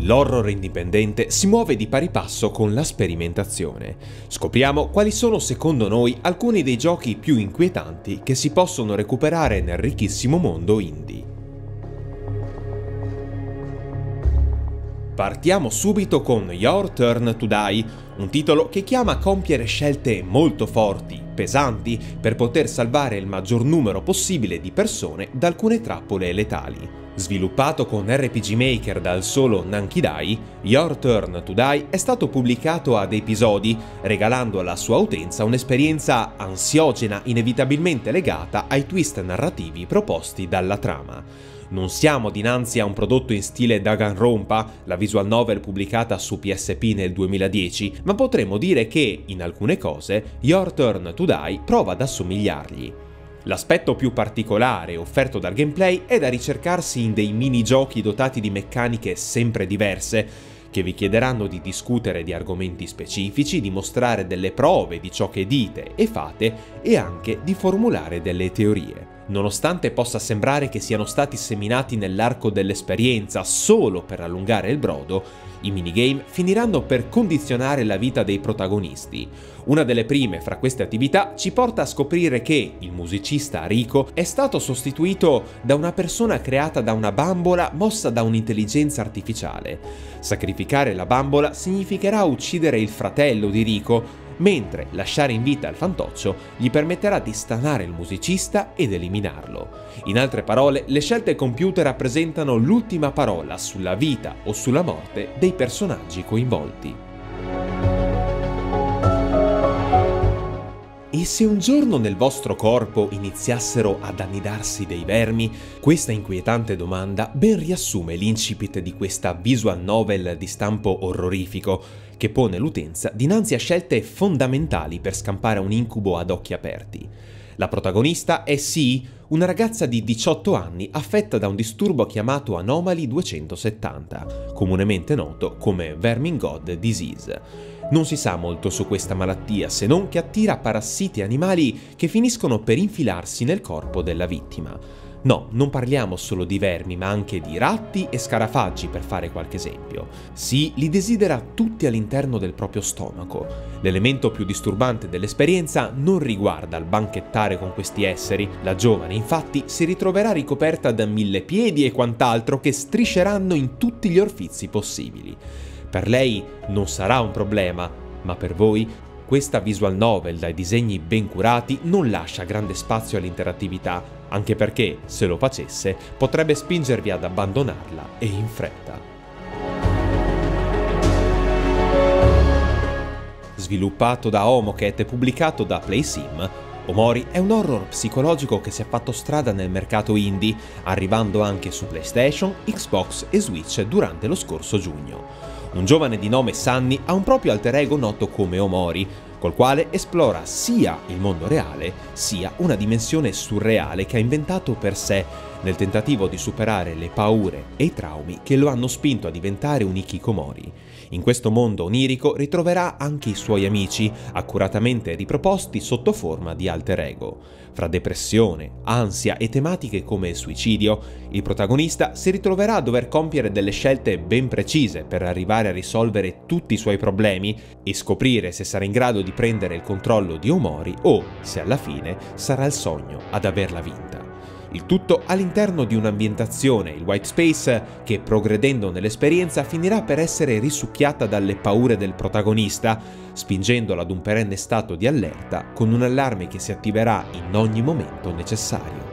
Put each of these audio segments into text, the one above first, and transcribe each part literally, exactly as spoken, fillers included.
l'horror indipendente si muove di pari passo con la sperimentazione. Scopriamo quali sono secondo noi alcuni dei giochi più inquietanti che si possono recuperare nel ricchissimo mondo indie. Partiamo subito con Your Turn to Die, un titolo che chiama a compiere scelte molto forti, pesanti, per poter salvare il maggior numero possibile di persone da alcune trappole letali. Sviluppato con R P G Maker dal solo Nankidai, Your Turn to Die è stato pubblicato ad episodi, regalando alla sua utenza un'esperienza ansiogena inevitabilmente legata ai twist narrativi proposti dalla trama. Non siamo dinanzi a un prodotto in stile Danganronpa, la visual novel pubblicata su P S P nel duemiladieci, ma potremmo dire che, in alcune cose, Your Turn to Die prova ad assomigliargli. L'aspetto più particolare offerto dal gameplay è da ricercarsi in dei minigiochi dotati di meccaniche sempre diverse, che vi chiederanno di discutere di argomenti specifici, di mostrare delle prove di ciò che dite e fate e anche di formulare delle teorie. Nonostante possa sembrare che siano stati seminati nell'arco dell'esperienza solo per allungare il brodo, i minigame finiranno per condizionare la vita dei protagonisti. Una delle prime fra queste attività ci porta a scoprire che il musicista Rico è stato sostituito da una persona creata da una bambola mossa da un'intelligenza artificiale. Sacrificare la bambola significherà uccidere il fratello di Rico, mentre lasciare in vita il fantoccio gli permetterà di stanare il musicista ed eliminarlo. In altre parole, le scelte compiute rappresentano l'ultima parola sulla vita o sulla morte dei personaggi coinvolti. E se un giorno nel vostro corpo iniziassero ad annidarsi dei vermi? Questa inquietante domanda ben riassume l'incipit di questa visual novel di stampo orrorifico, che pone l'utenza dinanzi a scelte fondamentali per scampare un incubo ad occhi aperti. La protagonista è Sea, una ragazza di diciotto anni affetta da un disturbo chiamato Anomaly duecentosettanta, comunemente noto come Vermin God Disease. Non si sa molto su questa malattia, se non che attira parassiti animali che finiscono per infilarsi nel corpo della vittima. No, non parliamo solo di vermi, ma anche di ratti e scarafaggi, per fare qualche esempio. Sì, li desidera tutti all'interno del proprio stomaco. L'elemento più disturbante dell'esperienza non riguarda il banchettare con questi esseri. La giovane, infatti, si ritroverà ricoperta da mille piedi e quant'altro che strisceranno in tutti gli orfizi possibili. Per lei non sarà un problema, ma per voi? Questa visual novel dai disegni ben curati non lascia grande spazio all'interattività, anche perché, se lo facesse, potrebbe spingervi ad abbandonarla e in fretta. Sviluppato da Homoket e pubblicato da PlaySim, Omori è un horror psicologico che si è fatto strada nel mercato indie, arrivando anche su PlayStation, Xbox e Switch durante lo scorso giugno. Un giovane di nome Sunny ha un proprio alter ego noto come Omori, col quale esplora sia il mondo reale, sia una dimensione surreale che ha inventato per sé, nel tentativo di superare le paure e i traumi che lo hanno spinto a diventare un hikikomori. In questo mondo onirico ritroverà anche i suoi amici, accuratamente riproposti sotto forma di alter ego. Fra depressione, ansia e tematiche come il suicidio, il protagonista si ritroverà a dover compiere delle scelte ben precise per arrivare a risolvere tutti i suoi problemi e scoprire se sarà in grado di prendere il controllo di Omori o se alla fine sarà il sogno ad averla vinta. Il tutto all'interno di un'ambientazione, il white space, che progredendo nell'esperienza finirà per essere risucchiata dalle paure del protagonista, spingendolo ad un perenne stato di allerta con un allarme che si attiverà in ogni momento necessario.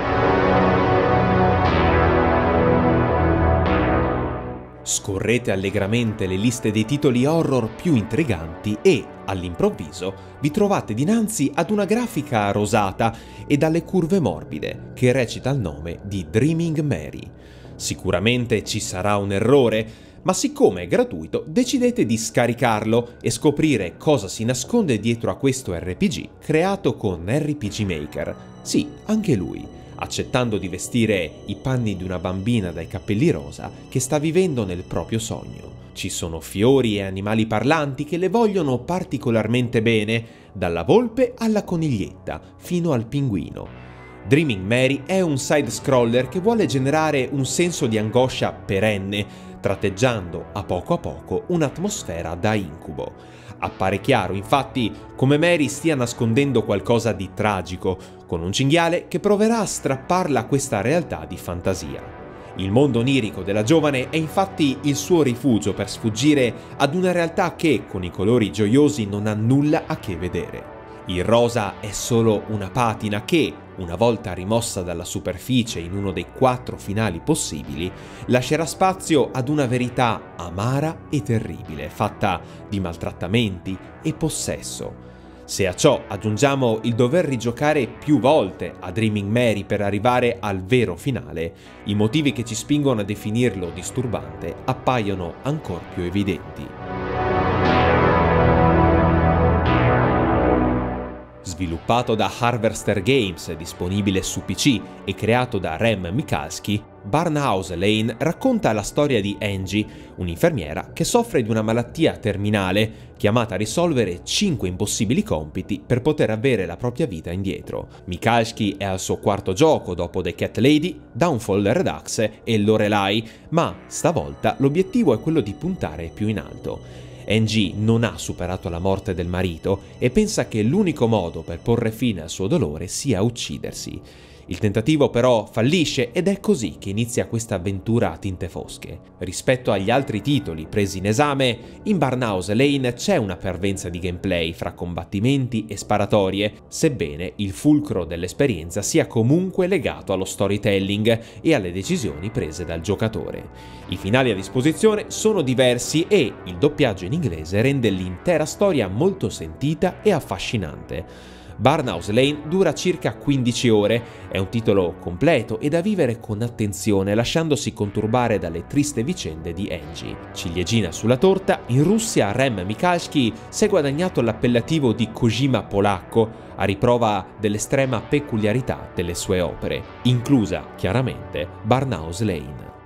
Scorrete allegramente le liste dei titoli horror più intriganti e, all'improvviso, vi trovate dinanzi ad una grafica rosata e dalle curve morbide che recita il nome di Dreaming Mary. Sicuramente ci sarà un errore, ma siccome è gratuito decidete di scaricarlo e scoprire cosa si nasconde dietro a questo R P G creato con R P G Maker. Sì, anche lui, accettando di vestire i panni di una bambina dai capelli rosa che sta vivendo nel proprio sogno. Ci sono fiori e animali parlanti che le vogliono particolarmente bene, dalla volpe alla coniglietta, fino al pinguino. Dreaming Mary è un side-scroller che vuole generare un senso di angoscia perenne, tratteggiando a poco a poco un'atmosfera da incubo. Appare chiaro, infatti, come Mary stia nascondendo qualcosa di tragico, con un cinghiale che proverà a strapparla a questa realtà di fantasia. Il mondo onirico della giovane è infatti il suo rifugio per sfuggire ad una realtà che, con i colori gioiosi, non ha nulla a che vedere. Il rosa è solo una patina che, una volta rimossa dalla superficie in uno dei quattro finali possibili, lascerà spazio ad una verità amara e terribile, fatta di maltrattamenti e possesso. Se a ciò aggiungiamo il dover rigiocare più volte a Dreaming Mary per arrivare al vero finale, i motivi che ci spingono a definirlo disturbante appaiono ancor più evidenti. Sviluppato da Harvester Games, disponibile su P C e creato da Rem Michalski, Barnhouse Lane racconta la storia di Angie, un'infermiera che soffre di una malattia terminale, chiamata a risolvere cinque impossibili compiti per poter avere la propria vita indietro. Michalski è al suo quarto gioco dopo The Cat Lady, Downfall Redux e Lorelai, ma stavolta l'obiettivo è quello di puntare più in alto. Angie non ha superato la morte del marito e pensa che l'unico modo per porre fine al suo dolore sia uccidersi. Il tentativo però fallisce ed è così che inizia questa avventura a tinte fosche. Rispetto agli altri titoli presi in esame, in Barnhouse Lane c'è una parvenza di gameplay fra combattimenti e sparatorie, sebbene il fulcro dell'esperienza sia comunque legato allo storytelling e alle decisioni prese dal giocatore. I finali a disposizione sono diversi e il doppiaggio in inglese rende l'intera storia molto sentita e affascinante. Barnhouse Lane dura circa quindici ore, è un titolo completo e da vivere con attenzione, lasciandosi conturbare dalle triste vicende di Angie. Ciliegina sulla torta, in Russia Rem Michalski si è guadagnato l'appellativo di Kojima polacco, a riprova dell'estrema peculiarità delle sue opere, inclusa chiaramente Barnhouse Lane.